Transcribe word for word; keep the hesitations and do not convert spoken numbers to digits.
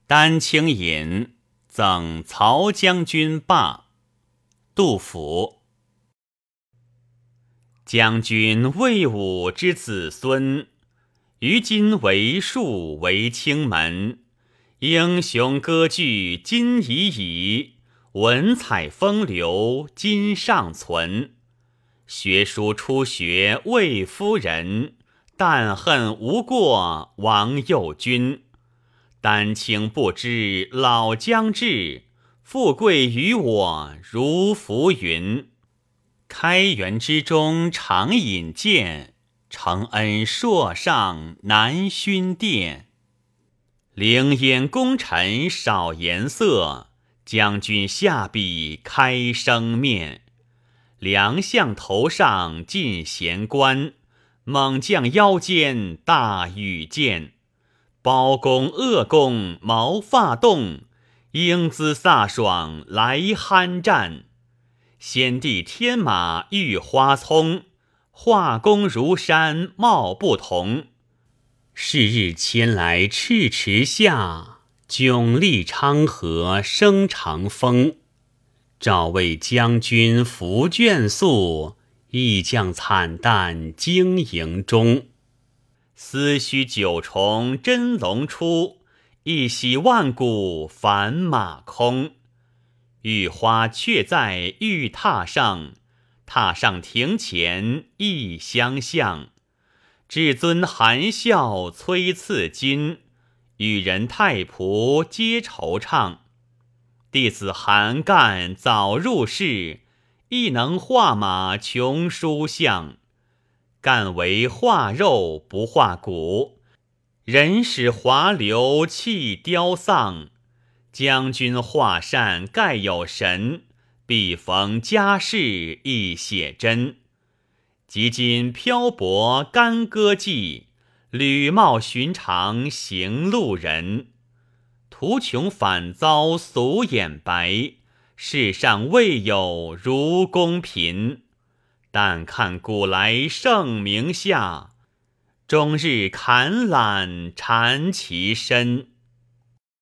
丹青饮，赠曹将军罢。杜甫。将军魏武之子孙，于今为数为清门。英雄歌剧今已矣，文采风流今尚存。学书初学魏夫人，但恨无过王右军。丹青不知老将至，富贵于我如浮云。开元之中常饮剑，承恩朔上难勋殿。凌烟功臣少颜色，将军下笔开生面。良相头上尽衔冠，猛将腰间大羽箭。包公恶公毛发动，英姿飒爽来酣战。先帝天马玉花葱，画工如山貌不同。是日迁来赤池下，迥立昌河生长风。赵魏将军伏卷宿，义将惨淡经营中。思须九重真龙出，一洗万古返马空。玉花却在玉榻上，榻上庭前一相向。至尊含笑催赐金，与人太仆皆惆怅。弟子韩干早入仕，亦能画马穷书相。干为画肉不画骨，人使华流气凋丧。将军画扇盖有神，必逢佳事亦写真。及今漂泊干戈际，履帽寻常行路人。途穷反遭俗眼白，世上未有如公贫。但看古来圣明下，终日坎览缠其身。